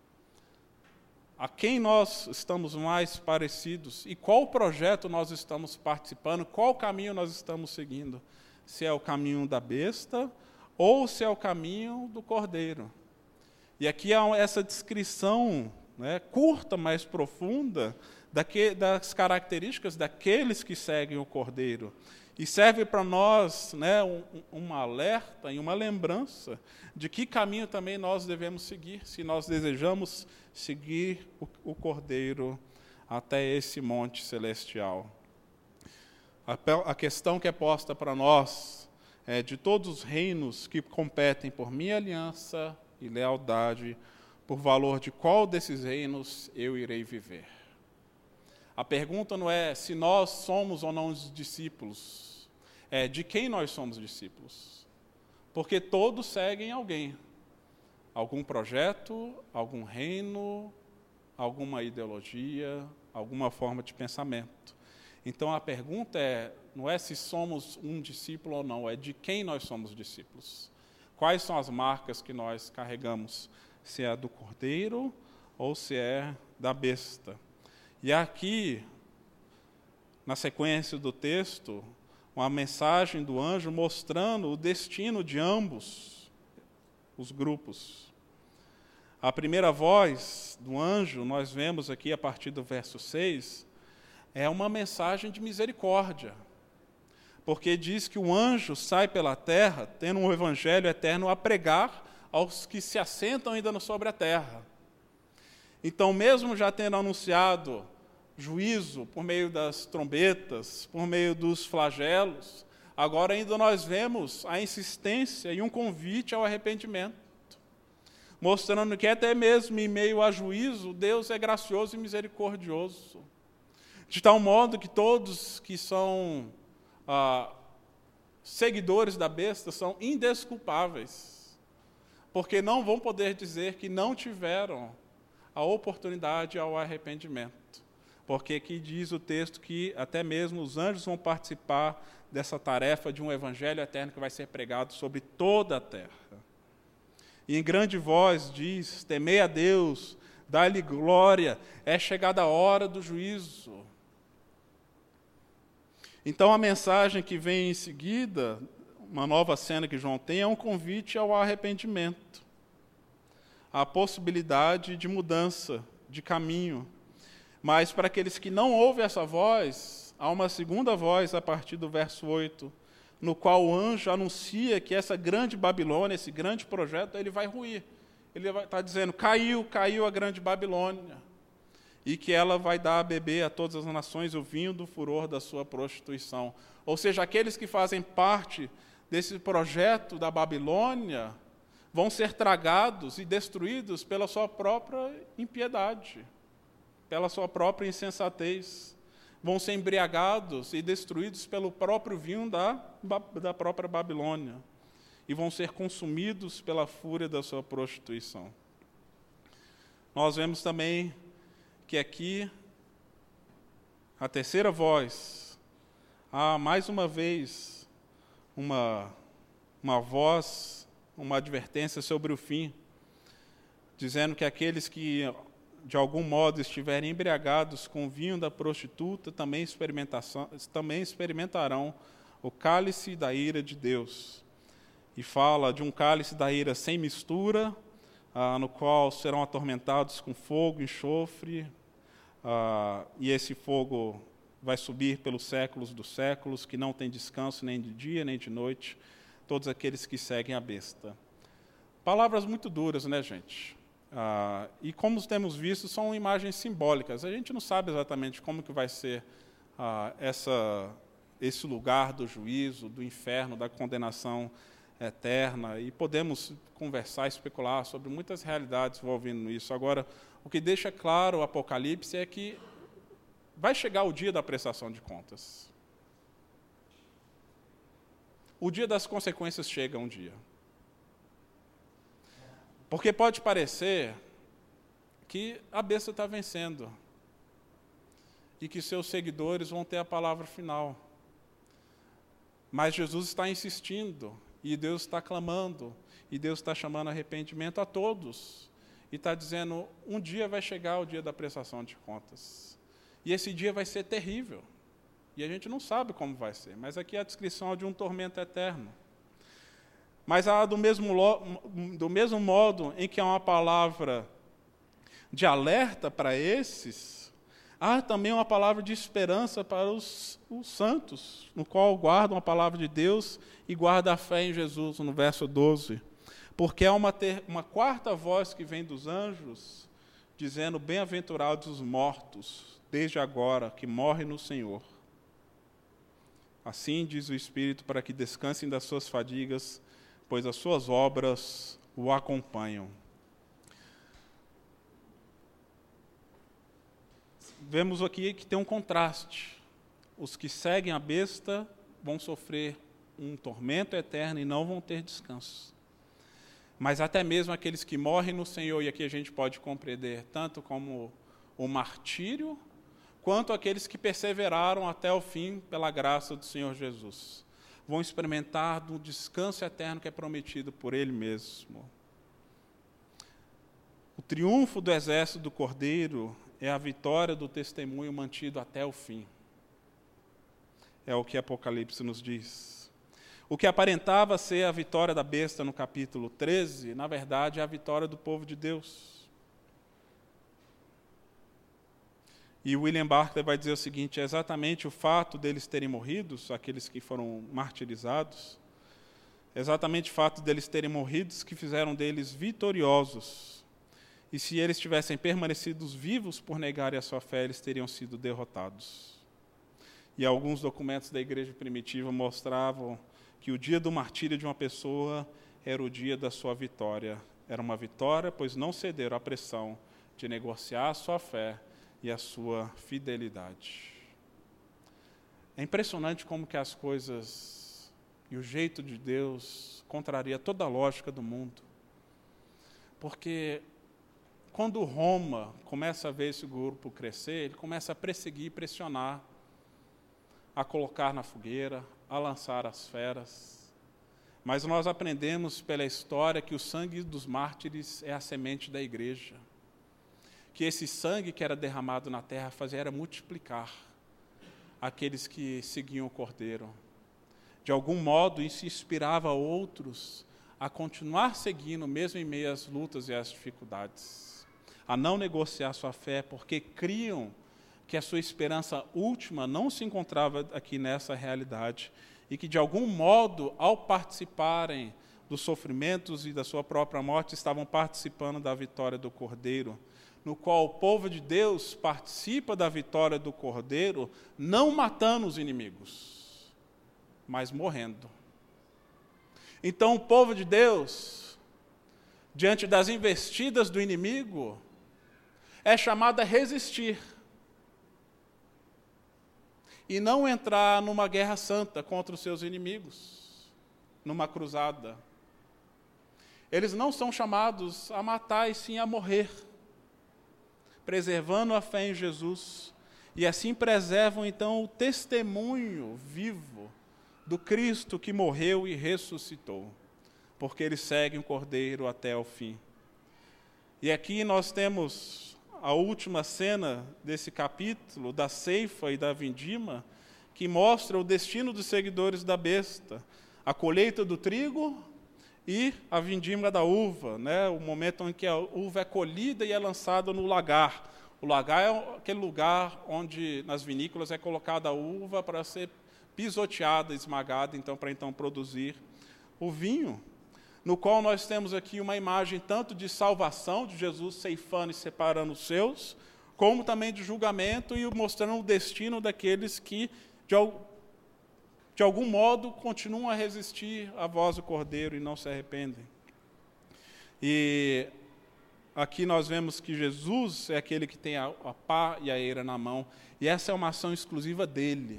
A quem nós estamos mais parecidos? E qual projeto nós estamos participando? Qual caminho nós estamos seguindo? Se é o caminho da besta ou se é o caminho do cordeiro? E aqui há essa descrição, curta, mas profunda, das características daqueles que seguem o cordeiro. E serve para nós um alerta e uma lembrança de que caminho também nós devemos seguir, se nós desejamos seguir o Cordeiro até esse monte celestial. A questão que é posta para nós é: de todos os reinos que competem por minha aliança e lealdade, por valor de qual desses reinos eu irei viver? A pergunta não é se nós somos ou não os discípulos, é de quem nós somos discípulos. Porque todos seguem alguém, algum projeto, algum reino, alguma ideologia, alguma forma de pensamento. Então a pergunta não é se somos um discípulo ou não, é de quem nós somos discípulos. Quais são as marcas que nós carregamos, se é do cordeiro ou se é da besta. E aqui, na sequência do texto, uma mensagem do anjo mostrando o destino de ambos os grupos. A primeira voz do anjo, nós vemos aqui a partir do verso 6, é uma mensagem de misericórdia, porque diz que o anjo sai pela terra tendo um evangelho eterno a pregar aos que se assentam ainda sobre a terra. Então, mesmo já tendo anunciado juízo por meio das trombetas, por meio dos flagelos, agora ainda nós vemos a insistência e um convite ao arrependimento, mostrando que até mesmo em meio a juízo, Deus é gracioso e misericordioso, de tal modo que todos que são seguidores da besta são indesculpáveis, porque não vão poder dizer que não tiveram a oportunidade ao arrependimento. Porque aqui diz o texto que até mesmo os anjos vão participar dessa tarefa de um evangelho eterno que vai ser pregado sobre toda a terra. E em grande voz diz: temei a Deus, dai-lhe glória, é chegada a hora do juízo. Então a mensagem que vem em seguida, uma nova cena que João tem, é um convite ao arrependimento, a possibilidade de mudança, de caminho. Mas para aqueles que não ouvem essa voz, há uma segunda voz a partir do verso 8, no qual o anjo anuncia que essa grande Babilônia, esse grande projeto, ele vai ruir. Ele está dizendo: caiu a grande Babilônia, e que ela vai dar a beber a todas as nações o vinho do furor da sua prostituição. Ou seja, aqueles que fazem parte desse projeto da Babilônia vão ser tragados e destruídos pela sua própria impiedade, pela sua própria insensatez. Vão ser embriagados e destruídos pelo próprio vinho da própria Babilônia. E vão ser consumidos pela fúria da sua prostituição. Nós vemos também que aqui, a terceira voz, há mais uma vez uma voz, uma advertência sobre o fim, dizendo que aqueles que de algum modo estiverem embriagados com o vinho da prostituta também experimentarão o cálice da ira de Deus. E fala de um cálice da ira sem mistura, no qual serão atormentados com fogo, enxofre, e esse fogo vai subir pelos séculos dos séculos, que não tem descanso nem de dia nem de noite, todos aqueles que seguem a besta. Palavras muito duras, né, gente? E como temos visto, são imagens simbólicas. A gente não sabe exatamente como que vai ser esse lugar do juízo, do inferno, da condenação eterna, e podemos conversar, especular sobre muitas realidades envolvendo isso. Agora, o que deixa claro o Apocalipse é que vai chegar o dia da prestação de contas. O dia das consequências chega um dia. Porque pode parecer que a besta está vencendo e que seus seguidores vão ter a palavra final. Mas Jesus está insistindo, e Deus está clamando, e Deus está chamando arrependimento a todos. E está dizendo: um dia vai chegar o dia da prestação de contas. E esse dia vai ser terrível. E a gente não sabe como vai ser, mas aqui é a descrição de um tormento eterno. Mas do mesmo modo em que há uma palavra de alerta para esses, há também uma palavra de esperança para os santos, no qual guardam a palavra de Deus e guardam a fé em Jesus, no verso 12. Porque há uma quarta voz que vem dos anjos, dizendo: bem-aventurados os mortos, desde agora, que morrem no Senhor. Assim diz o Espírito, para que descansem das suas fadigas, pois as suas obras o acompanham. Vemos aqui que tem um contraste. Os que seguem a besta vão sofrer um tormento eterno e não vão ter descanso. Mas até mesmo aqueles que morrem no Senhor, e aqui a gente pode compreender tanto como o martírio, quanto aqueles que perseveraram até o fim pela graça do Senhor Jesus, vão experimentar do descanso eterno que é prometido por Ele mesmo. O triunfo do exército do Cordeiro é a vitória do testemunho mantido até o fim. É o que Apocalipse nos diz. O que aparentava ser a vitória da besta no capítulo 13, na verdade, é a vitória do povo de Deus. E William Barclay vai dizer o seguinte: é exatamente o fato deles terem morrido, aqueles que foram martirizados, é exatamente o fato deles terem morrido que fizeram deles vitoriosos. E se eles tivessem permanecido vivos por negarem a sua fé, eles teriam sido derrotados. E alguns documentos da igreja primitiva mostravam que o dia do martírio de uma pessoa era o dia da sua vitória. Era uma vitória, pois não cederam à pressão de negociar a sua fé e a sua fidelidade. É impressionante como que as coisas e o jeito de Deus contraria toda a lógica do mundo. Porque quando Roma começa a ver esse grupo crescer, ele começa a perseguir, pressionar, a colocar na fogueira, a lançar as feras. Mas nós aprendemos pela história que o sangue dos mártires é a semente da igreja. Que esse sangue que era derramado na terra fazia era multiplicar aqueles que seguiam o Cordeiro. De algum modo, isso inspirava outros a continuar seguindo, mesmo em meio às lutas e às dificuldades. A não negociar sua fé, porque criam que a sua esperança última não se encontrava aqui nessa realidade e que, de algum modo, ao participarem dos sofrimentos e da sua própria morte, estavam participando da vitória do Cordeiro, no qual o povo de Deus participa da vitória do Cordeiro, não matando os inimigos, mas morrendo. Então, o povo de Deus, diante das investidas do inimigo, é chamado a resistir e não entrar numa guerra santa contra os seus inimigos, numa cruzada. Eles não são chamados a matar e sim a morrer, preservando a fé em Jesus, e assim preservam então o testemunho vivo do Cristo que morreu e ressuscitou, porque eles seguem o Cordeiro até o fim. E aqui nós temos a última cena desse capítulo, da ceifa e da vindima, que mostra o destino dos seguidores da besta, a colheita do trigo e a vindima da uva, né? O momento em que a uva é colhida e é lançada no lagar. O lagar é aquele lugar onde nas vinícolas é colocada a uva para ser pisoteada, esmagada, para produzir o vinho, no qual nós temos aqui uma imagem tanto de salvação, de Jesus ceifando e separando os seus, como também de julgamento e mostrando o destino daqueles que, de algum modo, continuam a resistir à voz do Cordeiro e não se arrependem. E aqui nós vemos que Jesus é aquele que tem a pá e a eira na mão, e essa é uma ação exclusiva dele,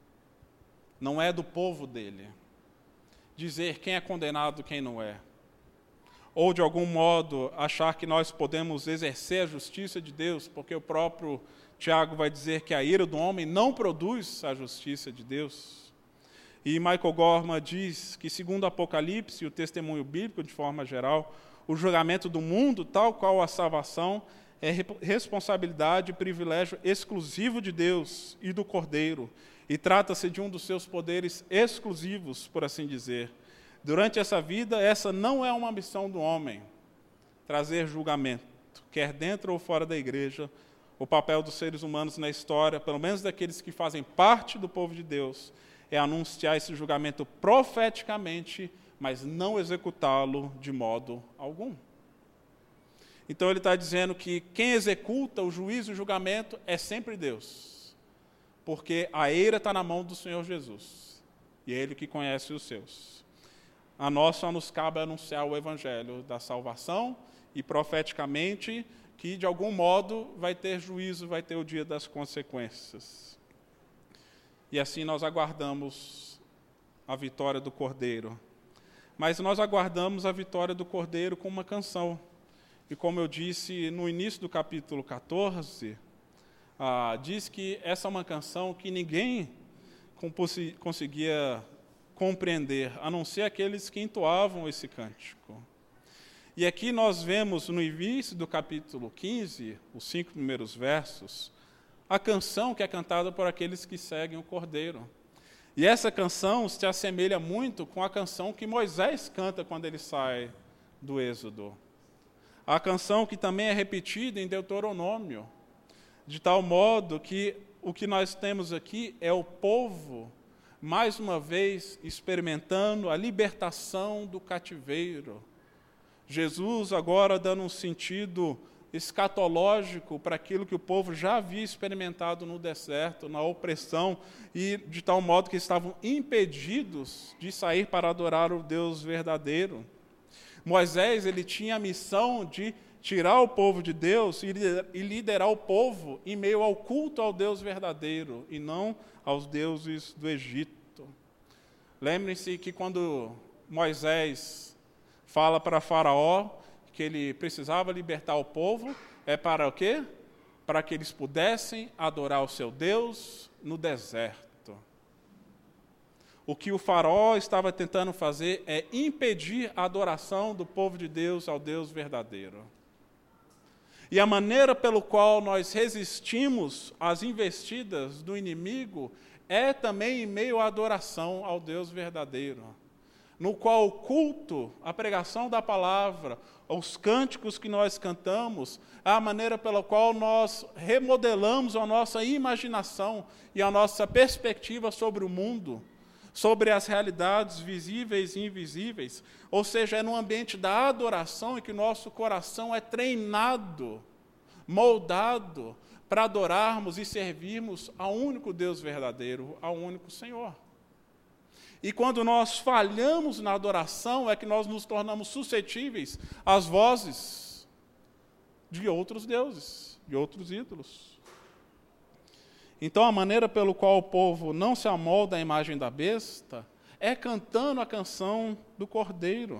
não é do povo dele. Dizer quem é condenado e quem não é. Ou, de algum modo, achar que nós podemos exercer a justiça de Deus, porque o próprio Tiago vai dizer que a ira do homem não produz a justiça de Deus. E Michael Gorman diz que, segundo o Apocalipse e o testemunho bíblico, de forma geral, o julgamento do mundo, tal qual a salvação, é responsabilidade e privilégio exclusivo de Deus e do Cordeiro, e trata-se de um dos seus poderes exclusivos, por assim dizer. Durante essa vida, essa não é uma missão do homem, trazer julgamento, quer dentro ou fora da igreja. O papel dos seres humanos na história, pelo menos daqueles que fazem parte do povo de Deus, é anunciar esse julgamento profeticamente, mas não executá-lo de modo algum. Então ele está dizendo que quem executa o juízo e o julgamento é sempre Deus, porque a eira está na mão do Senhor Jesus, e é Ele que conhece os seus. A nós só nos cabe anunciar o Evangelho da salvação, e profeticamente que, de algum modo, vai ter juízo, vai ter o dia das consequências. E assim nós aguardamos a vitória do Cordeiro. Mas nós aguardamos a vitória do Cordeiro com uma canção. E como eu disse no início do capítulo 14, diz que essa é uma canção que ninguém conseguia compreender, a não ser aqueles que entoavam esse cântico. E aqui nós vemos no início do capítulo 15, os 5 primeiros versos, a canção que é cantada por aqueles que seguem o Cordeiro. E essa canção se assemelha muito com a canção que Moisés canta quando ele sai do Êxodo. A canção que também é repetida em Deuteronômio, de tal modo que o que nós temos aqui é o povo, mais uma vez, experimentando a libertação do cativeiro. Jesus agora dando um sentido escatológico para aquilo que o povo já havia experimentado no deserto, na opressão, e de tal modo que estavam impedidos de sair para adorar o Deus verdadeiro. Moisés, ele tinha a missão de tirar o povo de Deus e liderar o povo em meio ao culto ao Deus verdadeiro e não aos deuses do Egito. Lembrem-se que quando Moisés fala para Faraó que ele precisava libertar o povo, é para o quê? Para que eles pudessem adorar o seu Deus no deserto. O que o Faraó estava tentando fazer é impedir a adoração do povo de Deus ao Deus verdadeiro. E a maneira pelo qual nós resistimos às investidas do inimigo é também em meio à adoração ao Deus verdadeiro, no qual o culto, a pregação da palavra, os cânticos que nós cantamos, é a maneira pela qual nós remodelamos a nossa imaginação e a nossa perspectiva sobre o mundo, sobre as realidades visíveis e invisíveis, ou seja, é no ambiente da adoração em que o nosso coração é treinado, moldado, para adorarmos e servirmos ao único Deus verdadeiro, ao único Senhor. E quando nós falhamos na adoração, é que nós nos tornamos suscetíveis às vozes de outros deuses, de outros ídolos. Então, a maneira pelo qual o povo não se amolda à imagem da besta é cantando a canção do Cordeiro.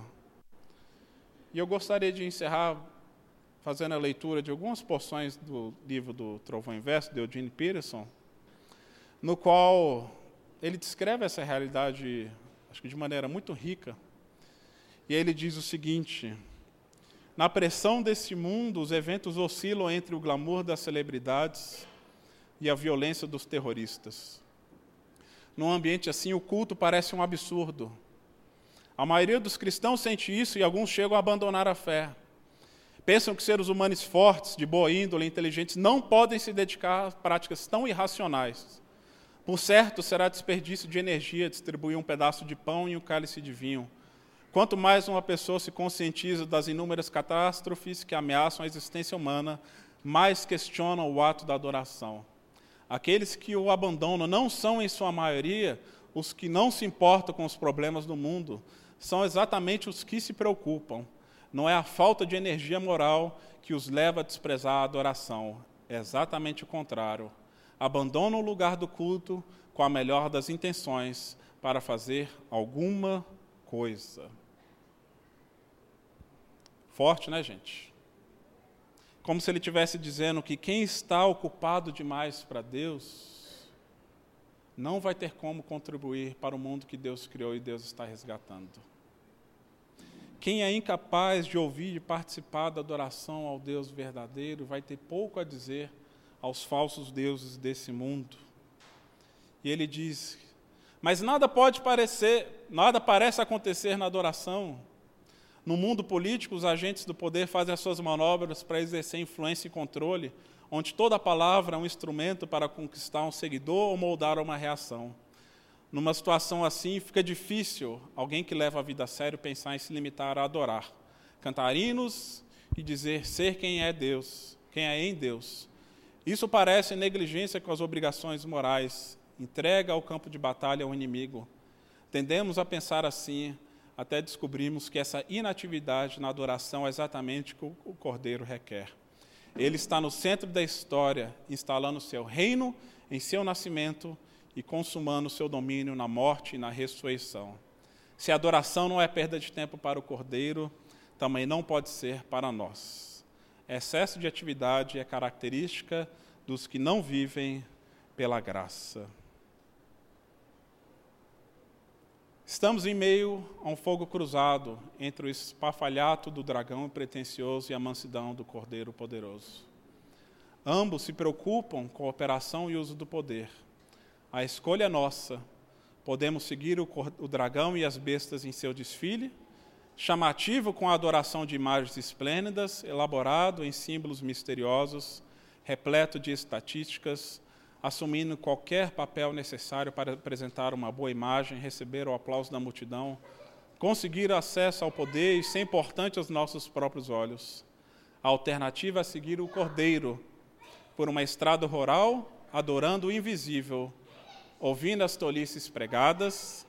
E eu gostaria de encerrar fazendo a leitura de algumas porções do livro do Trovão Inverso, de Eugene Peterson, no qual ele descreve essa realidade, acho que de maneira muito rica. E ele diz o seguinte: na pressão desse mundo, os eventos oscilam entre o glamour das celebridades e a violência dos terroristas. Num ambiente assim, o culto parece um absurdo. A maioria dos cristãos sente isso e alguns chegam a abandonar a fé. Pensam que seres humanos fortes, de boa índole, inteligentes, não podem se dedicar a práticas tão irracionais. Por certo, será desperdício de energia distribuir um pedaço de pão e um cálice de vinho. Quanto mais uma pessoa se conscientiza das inúmeras catástrofes que ameaçam a existência humana, mais questionam o ato da adoração. Aqueles que o abandonam não são, em sua maioria, os que não se importam com os problemas do mundo, são exatamente os que se preocupam. Não é a falta de energia moral que os leva a desprezar a adoração, é exatamente o contrário. Abandonam o lugar do culto com a melhor das intenções para fazer alguma coisa. Forte, né, gente? Como se ele estivesse dizendo que quem está ocupado demais para Deus não vai ter como contribuir para o mundo que Deus criou e Deus está resgatando. Quem é incapaz de ouvir e participar da adoração ao Deus verdadeiro vai ter pouco a dizer aos falsos deuses desse mundo. E ele diz: mas nada parece acontecer na adoração. No mundo político, os agentes do poder fazem as suas manobras para exercer influência e controle, onde toda palavra é um instrumento para conquistar um seguidor ou moldar uma reação. Numa situação assim, fica difícil alguém que leva a vida a sério pensar em se limitar a adorar, cantar hinos e dizer ser quem é Deus, quem é em Deus. Isso parece negligência com as obrigações morais, entrega ao campo de batalha ao inimigo. Tendemos a pensar assim, até descobrimos que essa inatividade na adoração é exatamente o que o Cordeiro requer. Ele está no centro da história, instalando seu reino em seu nascimento e consumando seu domínio na morte e na ressurreição. Se a adoração não é perda de tempo para o Cordeiro, também não pode ser para nós. Excesso de atividade é característica dos que não vivem pela graça. Estamos em meio a um fogo cruzado entre o espafalhato do dragão pretensioso e a mansidão do Cordeiro poderoso. Ambos se preocupam com a operação e uso do poder. A escolha é nossa. Podemos seguir o dragão e as bestas em seu desfile, chamativo com a adoração de imagens esplêndidas, elaborado em símbolos misteriosos, repleto de estatísticas, assumindo qualquer papel necessário para apresentar uma boa imagem, receber o aplauso da multidão, conseguir acesso ao poder e ser importante aos nossos próprios olhos. A alternativa é seguir o Cordeiro por uma estrada rural, adorando o invisível, ouvindo as tolices pregadas,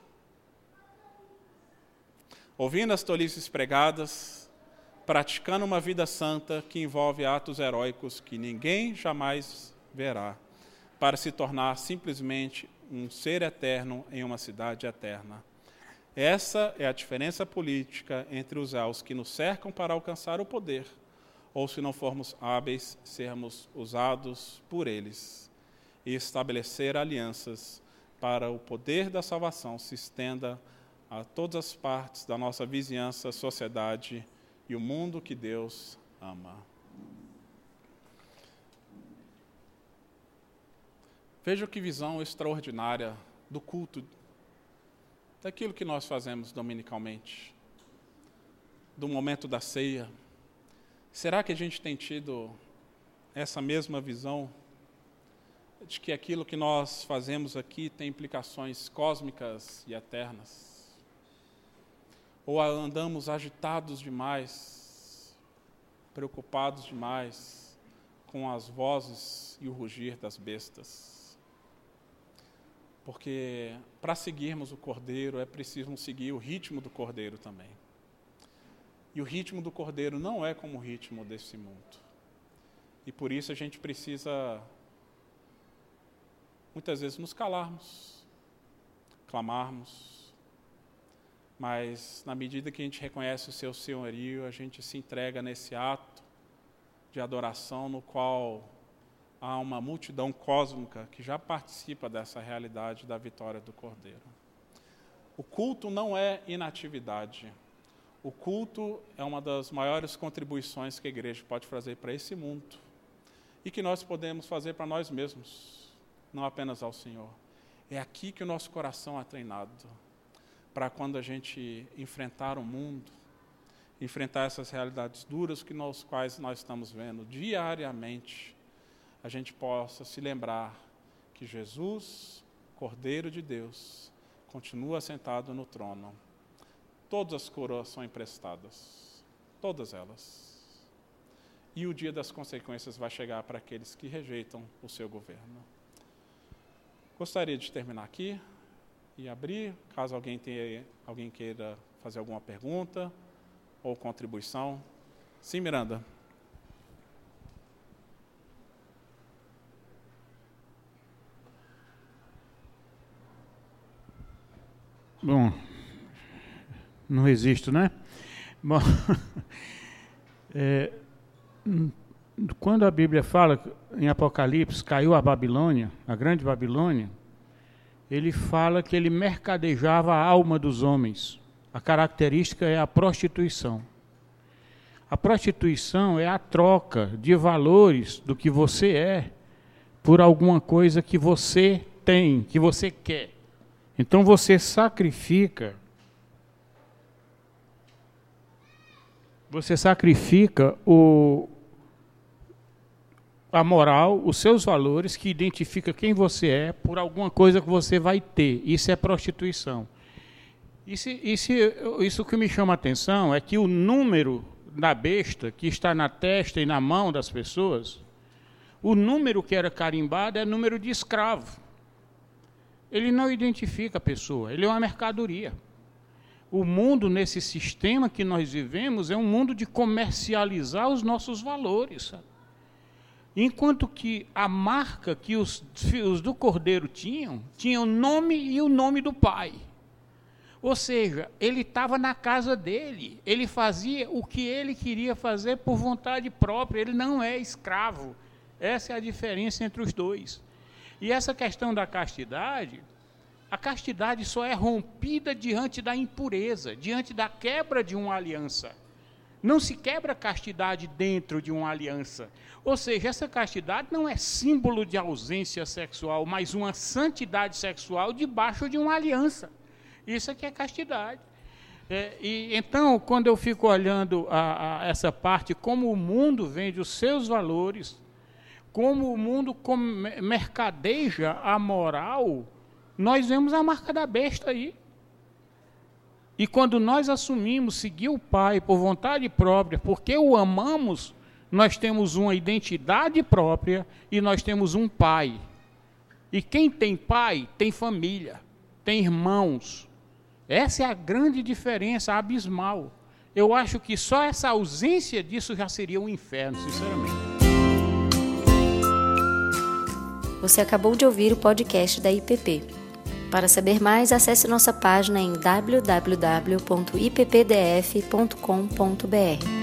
praticando uma vida santa que envolve atos heróicos que ninguém jamais verá, para se tornar simplesmente um ser eterno em uma cidade eterna. Essa é a diferença política entre usar os que nos cercam para alcançar o poder, ou, se não formos hábeis, sermos usados por eles, e estabelecer alianças para o poder da salvação se estenda a todas as partes da nossa vizinhança, sociedade e o mundo que Deus ama. Veja que visão extraordinária do culto, daquilo que nós fazemos dominicalmente, do momento da ceia. Será que a gente tem tido essa mesma visão de que aquilo que nós fazemos aqui tem implicações cósmicas e eternas? Ou andamos agitados demais, preocupados demais com as vozes e o rugir das bestas? Porque para seguirmos o Cordeiro é preciso seguir o ritmo do Cordeiro também. E o ritmo do Cordeiro não é como o ritmo desse mundo. E por isso a gente precisa, muitas vezes, nos calarmos, clamarmos, mas na medida que a gente reconhece o seu senhorio, a gente se entrega nesse ato de adoração no qual há uma multidão cósmica que já participa dessa realidade da vitória do Cordeiro. O culto não é inatividade. O culto é uma das maiores contribuições que a igreja pode fazer para esse mundo e que nós podemos fazer para nós mesmos, não apenas ao Senhor. É aqui que o nosso coração é treinado, para quando a gente enfrentar o mundo, enfrentar essas realidades duras nos quais nós estamos vendo diariamente, a gente possa se lembrar que Jesus, Cordeiro de Deus, continua sentado no trono. Todas as coroas são emprestadas, todas elas. E o dia das consequências vai chegar para aqueles que rejeitam o seu governo. Gostaria de terminar aqui e abrir, caso alguém queira fazer alguma pergunta ou contribuição. Sim, Miranda. Bom, não resisto, né? Bom, quando a Bíblia fala, em Apocalipse, caiu a Babilônia, a grande Babilônia, ele fala que ele mercadejava a alma dos homens. A característica é a prostituição. A prostituição é a troca de valores do que você é por alguma coisa que você tem, que você quer. Então você sacrifica a moral, os seus valores, que identifica quem você é, por alguma coisa que você vai ter. Isso é prostituição. Isso que me chama a atenção é que o número da besta que está na testa e na mão das pessoas, o número que era carimbado é número de escravo. Ele não identifica a pessoa, ele é uma mercadoria. O mundo, nesse sistema que nós vivemos, é um mundo de comercializar os nossos valores, sabe? Enquanto que a marca que os do Cordeiro tinham o nome e o nome do Pai. Ou seja, ele estava na casa dele, ele fazia o que ele queria fazer por vontade própria, ele não é escravo. Essa é a diferença entre os dois. E essa questão da castidade, a castidade só é rompida diante da impureza, diante da quebra de uma aliança. Não se quebra a castidade dentro de uma aliança. Ou seja, essa castidade não é símbolo de ausência sexual, mas uma santidade sexual debaixo de uma aliança. Isso é que é castidade. Então, quando eu fico olhando a essa parte, como o mundo vende os seus valores, como o mundo mercadeja a moral, nós vemos a marca da besta aí. E quando nós assumimos seguir o Pai por vontade própria, porque o amamos, nós temos uma identidade própria e nós temos um pai. E quem tem pai tem família, tem irmãos. Essa é a grande diferença abismal. Eu acho que só essa ausência disso já seria um inferno, sinceramente. Você acabou de ouvir o podcast da IPP. Para saber mais, acesse nossa página em www.ippdf.com.br.